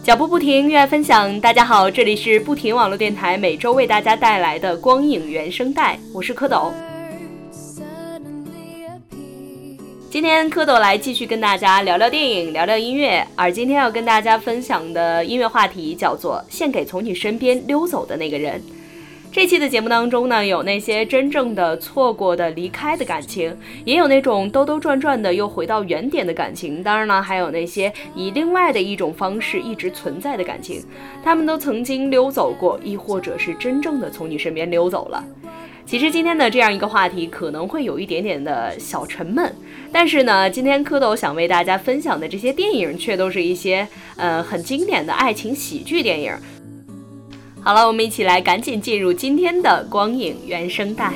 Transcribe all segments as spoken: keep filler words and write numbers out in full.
脚步不停，热爱分享。大家好，这里是不停网络电台，每周为大家带来的光影原声带，我是蝌蚪。今天蝌蚪来继续跟大家聊聊电影，聊聊音乐，而今天要跟大家分享的音乐话题叫做献给从你身边溜走的那个人。这期的节目当中呢，有那些真正的错过的离开的感情，也有那种兜兜转转的又回到原点的感情，当然了，还有那些以另外的一种方式一直存在的感情，他们都曾经溜走过，亦或者是真正的从你身边溜走了。其实今天的这样一个话题可能会有一点点的小沉闷，但是呢，今天蝌蚪想为大家分享的这些电影却都是一些呃很经典的爱情喜剧电影。好了，我们一起来赶紧进入今天的光影原声带。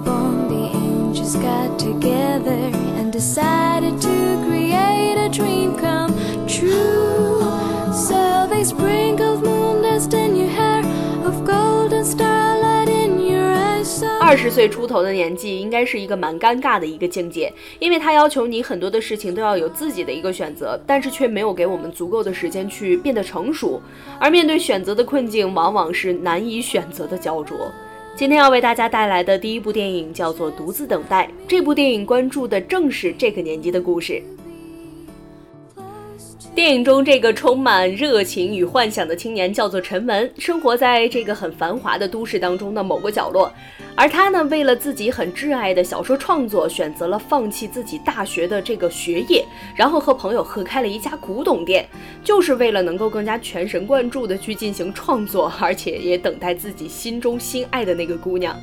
二十岁出头的年纪应该是一个蛮尴尬的一个境界，因为它要求你很多的事情都要有自己的一个选择，但是却没有给我们足够的时间去变得成熟，而面对选择的困境往往是难以选择的焦灼。今天要为大家带来的第一部电影叫做《独自等待》，这部电影关注的正是这个年纪的故事。电影中这个充满热情与幻想的青年叫做陈文，生活在这个很繁华的都市当中的某个角落，而他呢，为了自己很挚爱的小说创作，选择了放弃自己大学的这个学业，然后和朋友合开了一家古董店，就是为了能够更加全神贯注的去进行创作，而且也等待自己心中心爱的那个姑娘。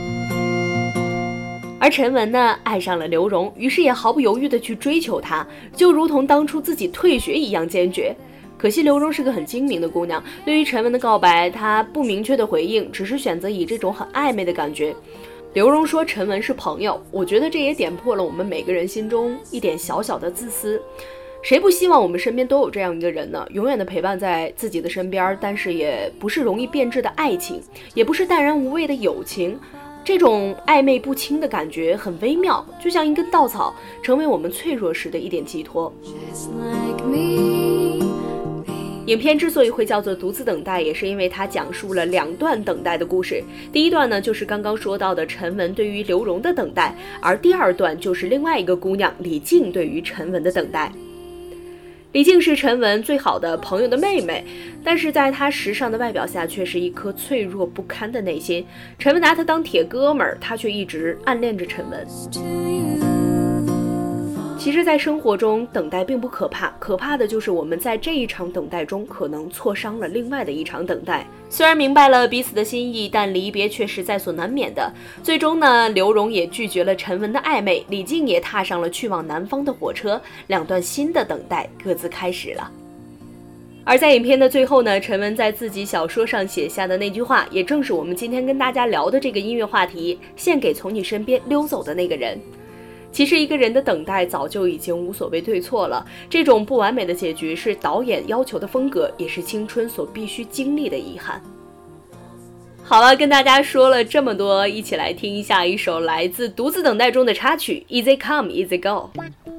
而陈文呢，爱上了刘荣，于是也毫不犹豫地去追求她，就如同当初自己退学一样坚决。可惜刘荣是个很精明的姑娘，对于陈文的告白，她不明确的回应，只是选择以这种很暧昧的感觉。刘荣说陈文是朋友，我觉得这也点破了我们每个人心中一点小小的自私。谁不希望我们身边都有这样一个人呢？永远的陪伴在自己的身边，但是也不是容易变质的爱情，也不是淡然无味的友情。这种暧昧不清的感觉很微妙，就像一根稻草，成为我们脆弱时的一点寄托。影片之所以会叫做独自等待，也是因为它讲述了两段等待的故事。第一段呢，就是刚刚说到的陈文对于刘荣的等待，而第二段就是另外一个姑娘李静对于陈文的等待。李静是陈文最好的朋友的妹妹，但是在她时尚的外表下却是一颗脆弱不堪的内心。陈文拿她当铁哥们儿，她却一直暗恋着陈文。其实在生活中，等待并不可怕，可怕的就是我们在这一场等待中可能挫伤了另外的一场等待。虽然明白了彼此的心意，但离别却是在所难免的。最终呢，刘荣也拒绝了陈文的暧昧，李静也踏上了去往南方的火车，两段新的等待各自开始了。而在影片的最后呢，陈文在自己小说上写下的那句话，也正是我们今天跟大家聊的这个音乐话题，献给从你身边溜走的那个人。其实一个人的等待早就已经无所谓对错了，这种不完美的结局是导演要求的风格，也是青春所必须经历的遗憾。好了，跟大家说了这么多，一起来听一下一首来自《独自等待》中的插曲 Easy Come Easy Go。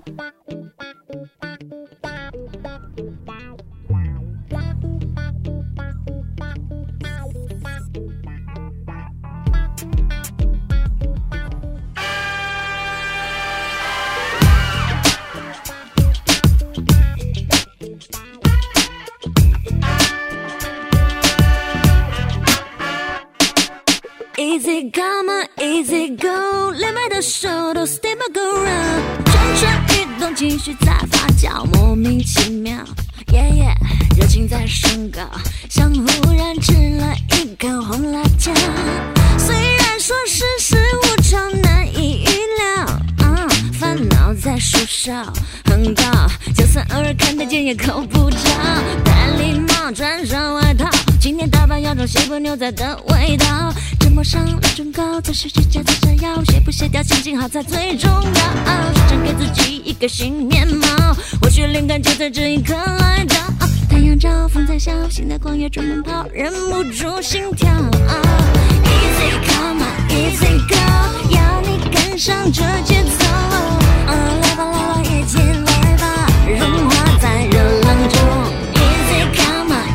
Easy come on, easy go， 连麦的手都 step go round， 蠢蠢欲动，情绪在发酵，莫名其妙。Yeah yeah， 热情在升高，像忽然吃了一口红辣椒。虽然说世事无常，难以预料，嗯，烦恼在树梢很高，就算偶尔看得见也够不着。戴礼帽，穿上外套，今天打扮有种西部牛仔的味道。枕头上了唇膏，做事指甲在闪耀，协不协调心情好才最重要。时常给自己一个新面貌，或许灵感就在这一刻来到。太阳照，风在笑，心在狂野中奔跑，忍不住心跳。Easy come on, easy go， 要你跟上这节奏。嗯，来吧来吧，一起来吧，融化在热浪中。Easy come on,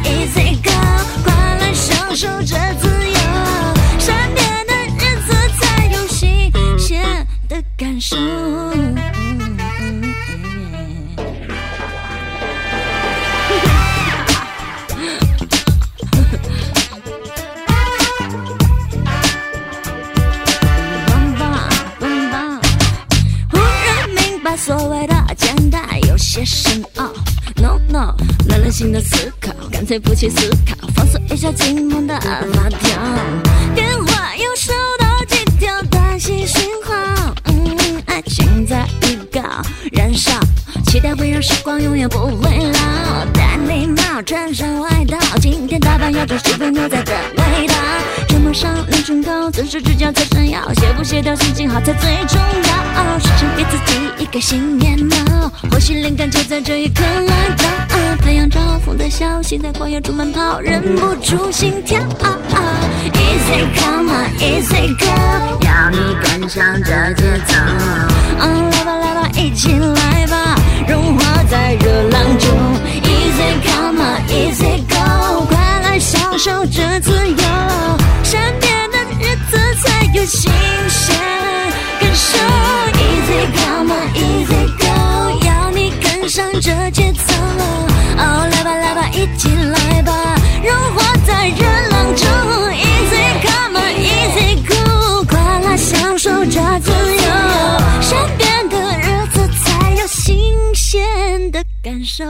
所谓的简单有些深奥。No no， 没了性的思考，干脆不去思考，放松一下寂寞的发条。电话又收到几条短信讯号，嗯，爱情在预告燃烧，期待会让时光永远不会老。戴礼帽，穿上外套，今天打扮有种十分牛仔的味道。睫毛上连唇膏，总是指甲才闪耀，协不协调心情好才最重要。时常给自己一个新面貌，或许灵感就在这一刻来到。太阳照，风在笑，心在狂野中慢跑，忍不住心跳。Easy come on, easy go， 要你跟上这节奏。嗯，来吧来吧，一起来吧，融化在热浪中。Easy come on, easy go， 快来享受这自由，身边的日子才有新鲜感受。Easy come on, easy go， 要你跟上这节奏。哦，来吧来吧，一起来吧，融化在热浪中。Easy come on, easy go， 快来享受这自由，身边的日子才有新鲜的感受。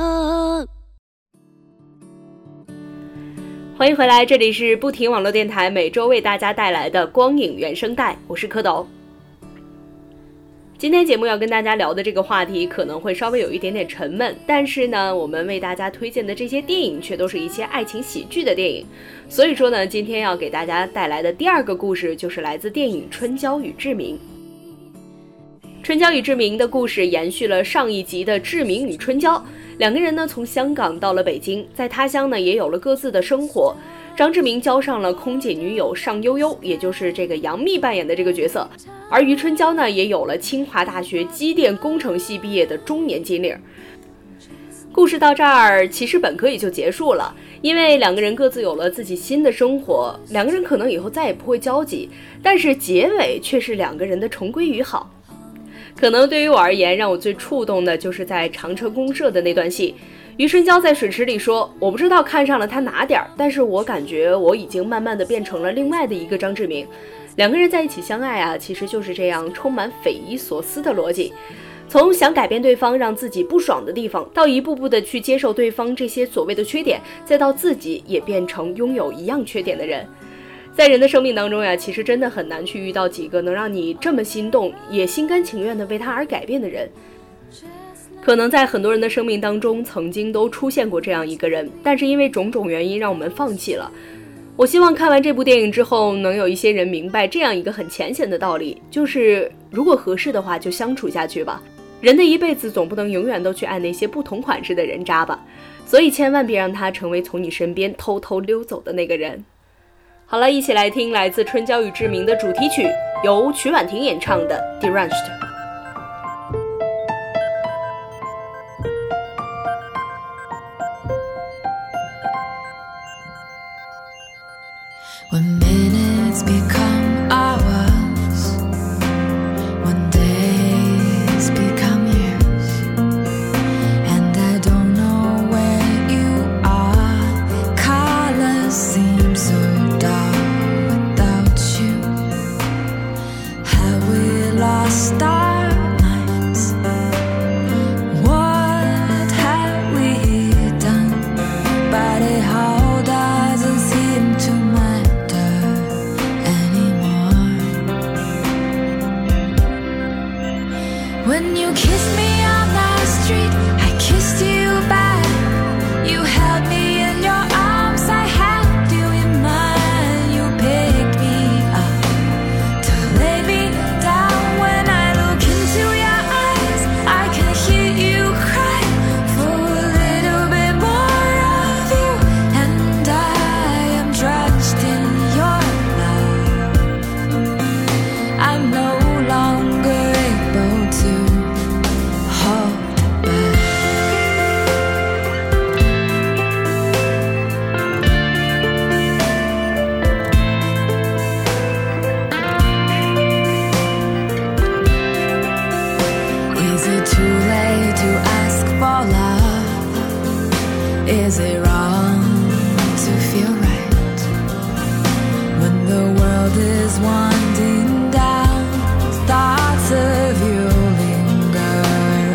欢迎回来，这里是不停网络电台每周为大家带来的光影原声带，我是蝌蚪。今天节目要跟大家聊的这个话题可能会稍微有一点点沉闷，但是呢，我们为大家推荐的这些电影却都是一些爱情喜剧的电影。所以说呢，今天要给大家带来的第二个故事就是来自电影《春娇与志明》。春娇与志明的故事延续了上一集的志明与春娇，两个人呢从香港到了北京，在他乡呢也有了各自的生活。张志明交上了空姐女友尚悠悠，也就是这个杨幂扮演的这个角色，而于春娇呢也有了清华大学机电工程系毕业的中年金领。故事到这儿其实本可以就结束了，因为两个人各自有了自己新的生活，两个人可能以后再也不会交集，但是结尾却是两个人的重归于好。可能对于我而言，让我最触动的就是在长车公社的那段戏，于春娇在水池里说，我不知道看上了他哪点，但是我感觉我已经慢慢的变成了另外的一个张志明。两个人在一起相爱啊，其实就是这样充满匪夷所思的逻辑，从想改变对方让自己不爽的地方，到一步步的去接受对方这些所谓的缺点，再到自己也变成拥有一样缺点的人。在人的生命当中呀，其实真的很难去遇到几个能让你这么心动，也心甘情愿的为他而改变的人。可能在很多人的生命当中曾经都出现过这样一个人，但是因为种种原因让我们放弃了。我希望看完这部电影之后，能有一些人明白这样一个很浅显的道理，就是如果合适的话就相处下去吧，人的一辈子总不能永远都去爱那些不同款式的人渣吧，所以千万别让他成为从你身边偷偷溜走的那个人。好了，一起来听来自《春娇与志明》的主题曲，由曲婉婷演唱的《Deranged》。 When minutes become hours, when days become years, and I don't know where you are, colors seem so dark without you. Have we lost our minds? What have we done? But it all doesn't seem to When you kissed me on the street, I kissed you back. You held me in your arms, I held you in mine. You picked me up to lay me down. When I look into your eyes, I can hear you cry for a little bit more of you. And I am drenched in your love. I'm no longer able to Is it wrong to feel right when the world is winding down? Thoughts of you linger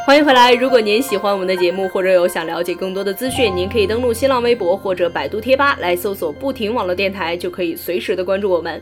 欢迎回来，如果您喜欢我们的节目，或者有想了解更多的资讯，您可以登录新浪微博或者百度贴吧来搜索不停网络电台，就可以随时的关注我们。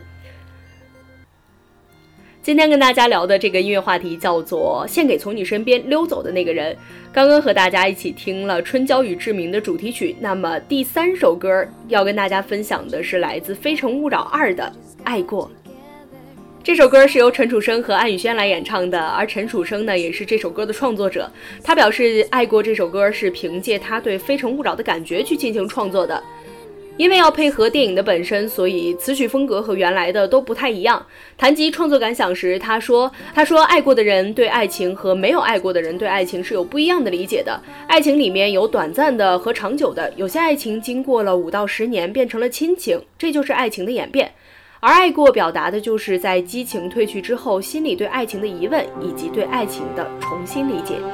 今天跟大家聊的这个音乐话题叫做献给从你身边溜走的那个人。刚刚和大家一起听了春娇与志明的主题曲，那么第三首歌要跟大家分享的是来自非诚勿扰二的爱过。这首歌是由陈楚生和安以轩来演唱的，而陈楚生呢也是这首歌的创作者。他表示爱过这首歌是凭借他对非诚勿扰的感觉去进行创作的，因为要配合电影的本身，所以词曲风格和原来的都不太一样。谈及创作感想时，他说他说爱过的人对爱情和没有爱过的人对爱情是有不一样的理解的。爱情里面有短暂的和长久的，有些爱情经过了五到十年变成了亲情，这就是爱情的演变。而爱过表达的就是在激情褪去之后，心里对爱情的疑问，以及对爱情的重新理解。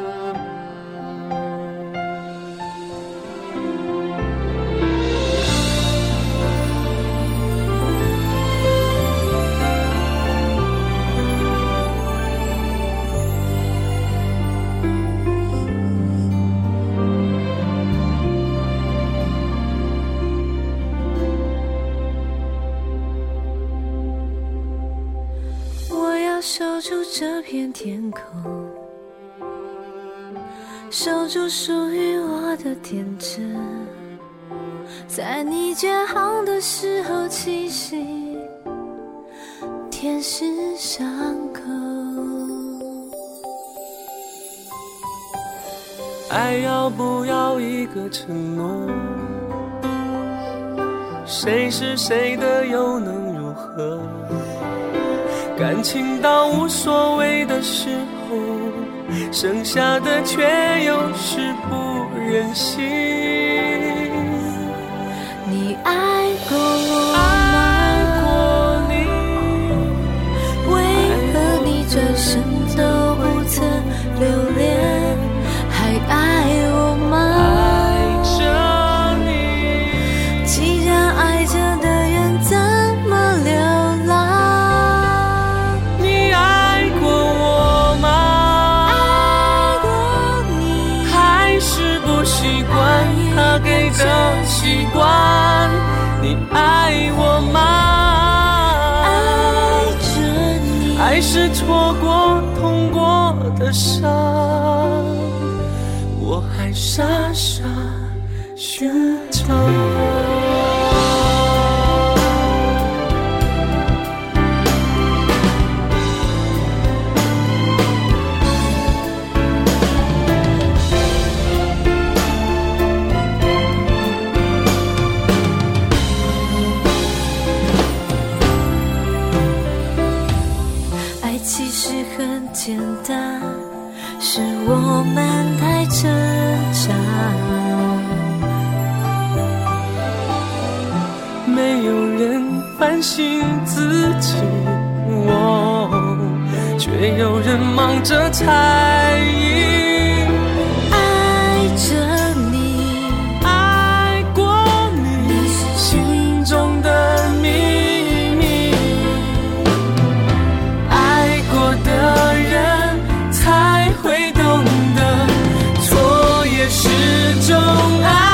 守住这片天空，守住属于我的天真，在你建好的时候栖息天使伤口。 爱要不要一个承诺？谁是谁的又能如何？感情到无所谓的时候，剩下的却又是不忍心。 你爱过我吗？ 爱过你， 为何你转身都不曾留恋？还爱我吗？ 爱着你， 既然爱着的人怎么流浪？ 习惯他给的习惯，你爱我吗？ 爱着你， 爱是错过痛过的伤，我还傻傻寻找。 简单，是我们太挣扎， 没有人反省自己，哦，却有人忙着猜疑。 爱着你， 爱过你， 你是心中的秘密，爱过的人才会懂得，错也是种爱。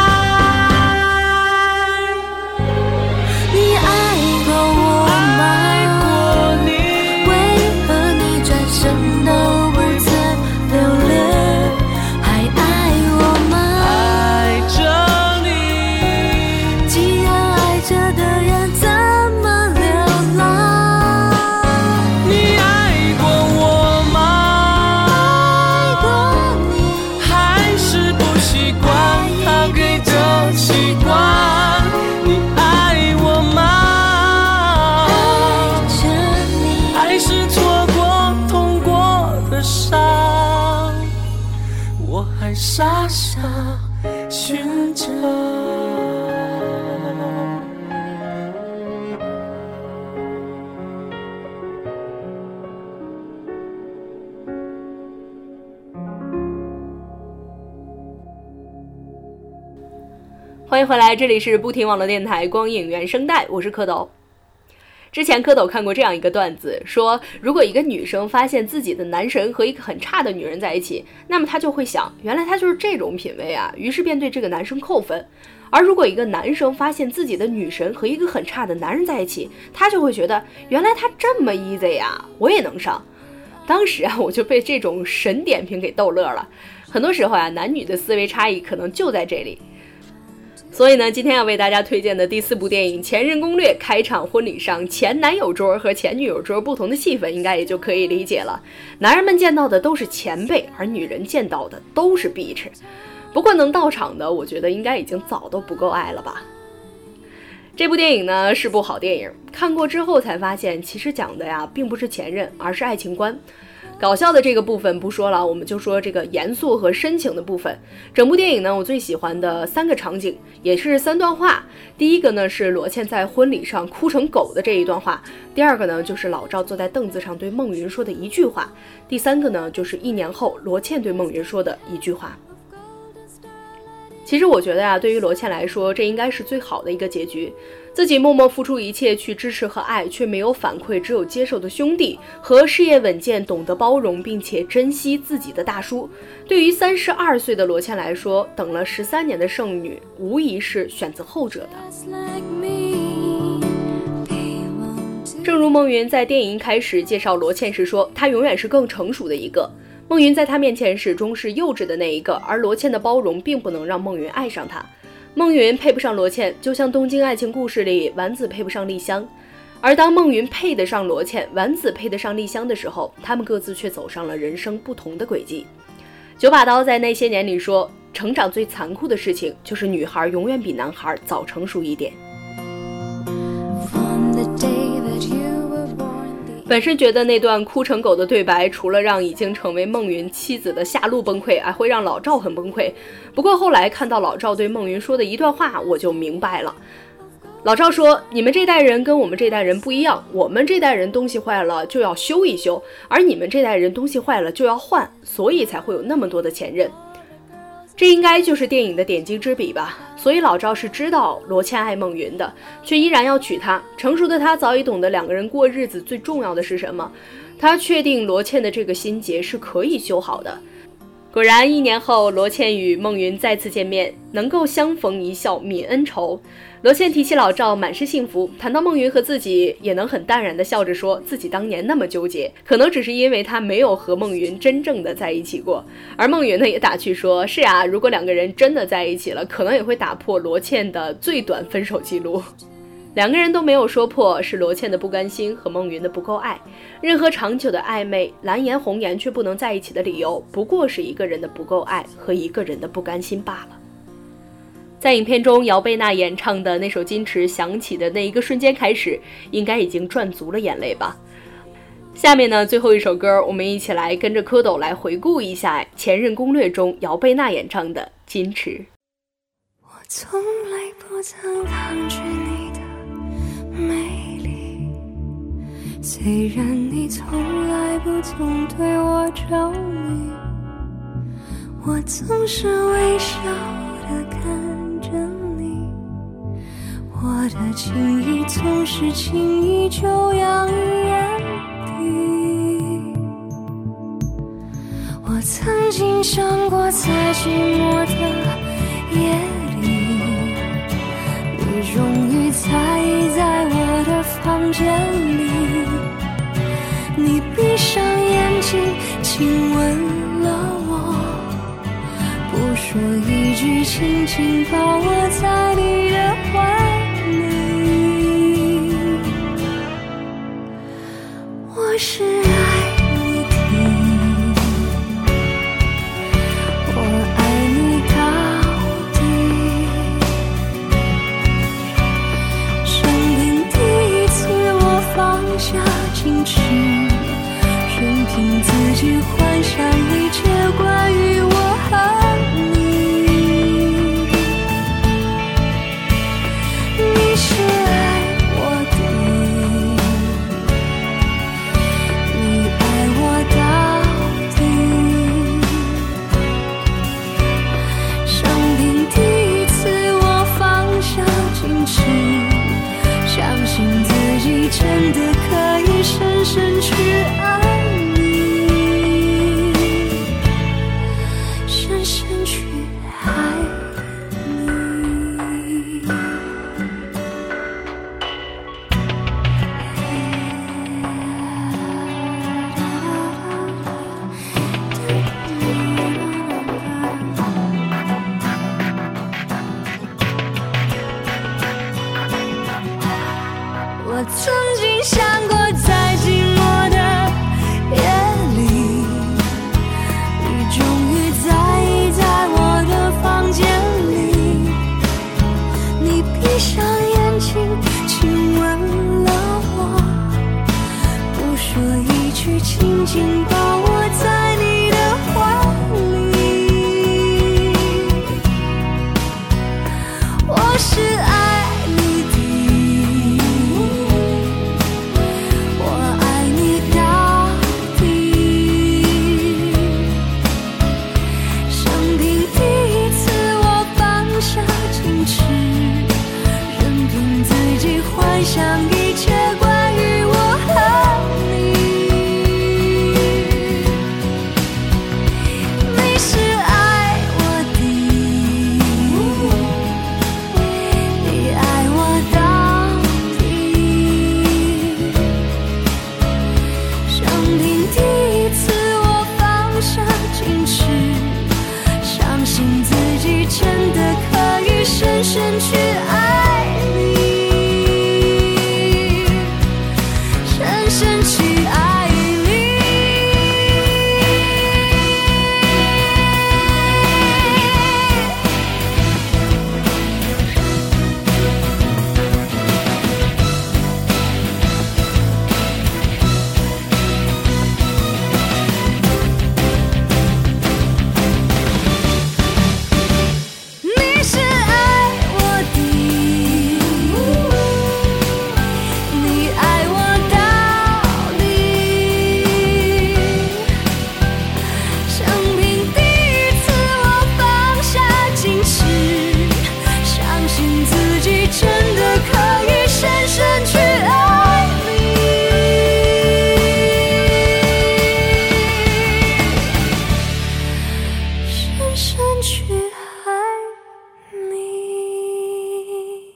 你爱过我吗？ 爱过你， 为何你转身都不曾留恋？还爱我吗？ 爱着你， 既然爱着的人怎么流浪？ 你爱过我吗？ 爱过你， 还是不习惯他给的习惯？你爱我吗？ 爱着你， 爱是错过痛过的伤，我还傻傻寻找。 欢迎回来，这里是不停网络电台光影原声带，我是蝌蚪。 之前蝌蚪看过这样一个段子，说如果一个女生发现自己的男神和一个很差的女人在一起，那么她就会想，原来他就是这种品味啊，于是便对这个男生扣分。而如果一个男生发现自己的女神和一个很差的男人在一起，他就会觉得原来他这么 easy 呀，我也能上。当时啊，我就被这种神点评给逗乐了。很多时候啊，男女的思维差异可能就在这里。所以呢，今天要为大家推荐的第四部电影《前任攻略》开场婚礼上前男友桌和前女友桌不同的戏份，应该也就可以理解了。男人们见到的都是前辈，而女人见到的都是 bitch。不过能到场的，我觉得应该已经早都不够爱了吧。这部电影呢是部好电影，看过之后才发现，其实讲的呀并不是前任，而是爱情观。搞笑的这个部分不说了，我们就说这个严肃和深情的部分。整部电影呢，我最喜欢的三个场景，也是三段话。第一个呢是罗茜在婚礼上哭成狗的这一段话，第二个呢就是老赵坐在凳子上对孟云说的一句话，第三个呢就是一年后罗茜对孟云说的一句话。其实我觉得呀、啊，对于罗茜来说，这应该是最好的一个结局。自己默默付出一切去支持和爱，却没有反馈，只有接受的兄弟，和事业稳健、懂得包容并且珍惜自己的大叔。对于三十二岁的罗茜来说，等了十三年的剩女，无疑是选择后者的。正如孟云在电影开始介绍罗茜时说，她永远是更成熟的一个。孟云在他面前始终是幼稚的那一个，而罗茜的包容并不能让孟云爱上她。孟云配不上罗茜，就像《东京爱情故事》里丸子配不上丽香。而当孟云配得上罗茜，丸子配得上丽香的时候，他们各自却走上了人生不同的轨迹。九把刀在那些年里说，成长最残酷的事情就是女孩永远比男孩早成熟一点。本身觉得那段哭成狗的对白，除了让已经成为孟云妻子的夏露崩溃，还会让老赵很崩溃。不过后来看到老赵对孟云说的一段话，我就明白了。老赵说，你们这代人跟我们这代人不一样，我们这代人东西坏了就要修一修，而你们这代人东西坏了就要换，所以才会有那么多的前任。这应该就是电影的点睛之笔吧。所以老赵是知道罗茜爱孟云的，却依然要娶她。成熟的他早已懂得两个人过日子最重要的是什么，他确定罗茜的这个心结是可以修好的。果然一年后，罗茜与孟云再次见面，能够相逢一笑泯恩仇。罗茜提起老赵，满是幸福，谈到孟云和自己，也能很淡然地笑着说自己当年那么纠结，可能只是因为他没有和孟云真正的在一起过。而孟云呢也打趣说，是啊，如果两个人真的在一起了，可能也会打破罗茜的最短分手记录。两个人都没有说破，是罗茜的不甘心和孟云的不够爱。任何长久的暧昧，蓝颜红颜却不能在一起的理由，不过是一个人的不够爱和一个人的不甘心罢了。在影片中，姚贝娜演唱的那首《矜持》响起的那一个瞬间开始，应该已经赚足了眼泪吧。下面呢，最后一首歌，我们一起来跟着蝌蚪来回顾一下《前任攻略》中姚贝娜演唱的《矜持》。 我从来不曾抗拒你的美丽，虽然你从来不曾对我着迷，我总是微笑地看着你，我的情意总是轻易就洋溢眼底。我曾经想过，在寂寞的夜里，你终于在意在我的房间里，你闭上眼睛亲吻了我，不说一句，轻轻抱我在你的怀里。我是爱你的，我爱你到底。生命第一次我放下矜持，任凭自己幻想一切关于我和你。你是爱我的， 矜持，相信自己真的可以深深去爱你，深深去爱你。你是爱我的，你爱我到底。生平第一次我放下矜持，相信自己真的可以深深去爱你，深深去爱你。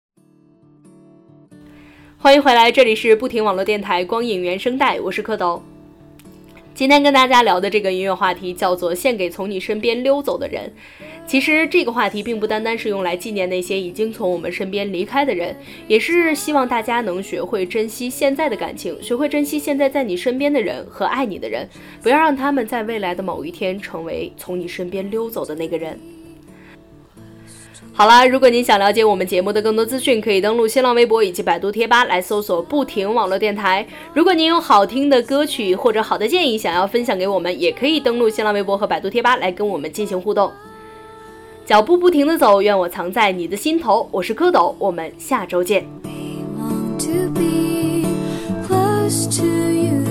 欢迎回来，这里是不停网络电台光影原声带，我是蝌蚪。今天跟大家聊的这个音乐话题叫做献给从你身边溜走的人。其实这个话题并不单单是用来纪念那些已经从我们身边离开的人，也是希望大家能学会珍惜现在的感情，学会珍惜现在在你身边的人和爱你的人，不要让他们在未来的某一天成为从你身边溜走的那个人。好啦，如果您想了解我们节目的更多资讯，可以登录新浪微博以及百度贴吧来搜索不停网络电台。如果您有好听的歌曲或者好的建议想要分享给我们，也可以登录新浪微博和百度贴吧来跟我们进行互动。脚步不停地走，愿我藏在你的心头。我是蝌蚪，我们下周见。 want to be close to you.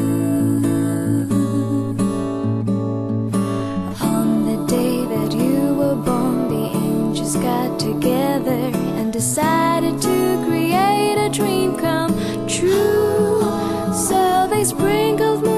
On the day that you were born, the angels got together and decided to create a dream come true. So they sprinkled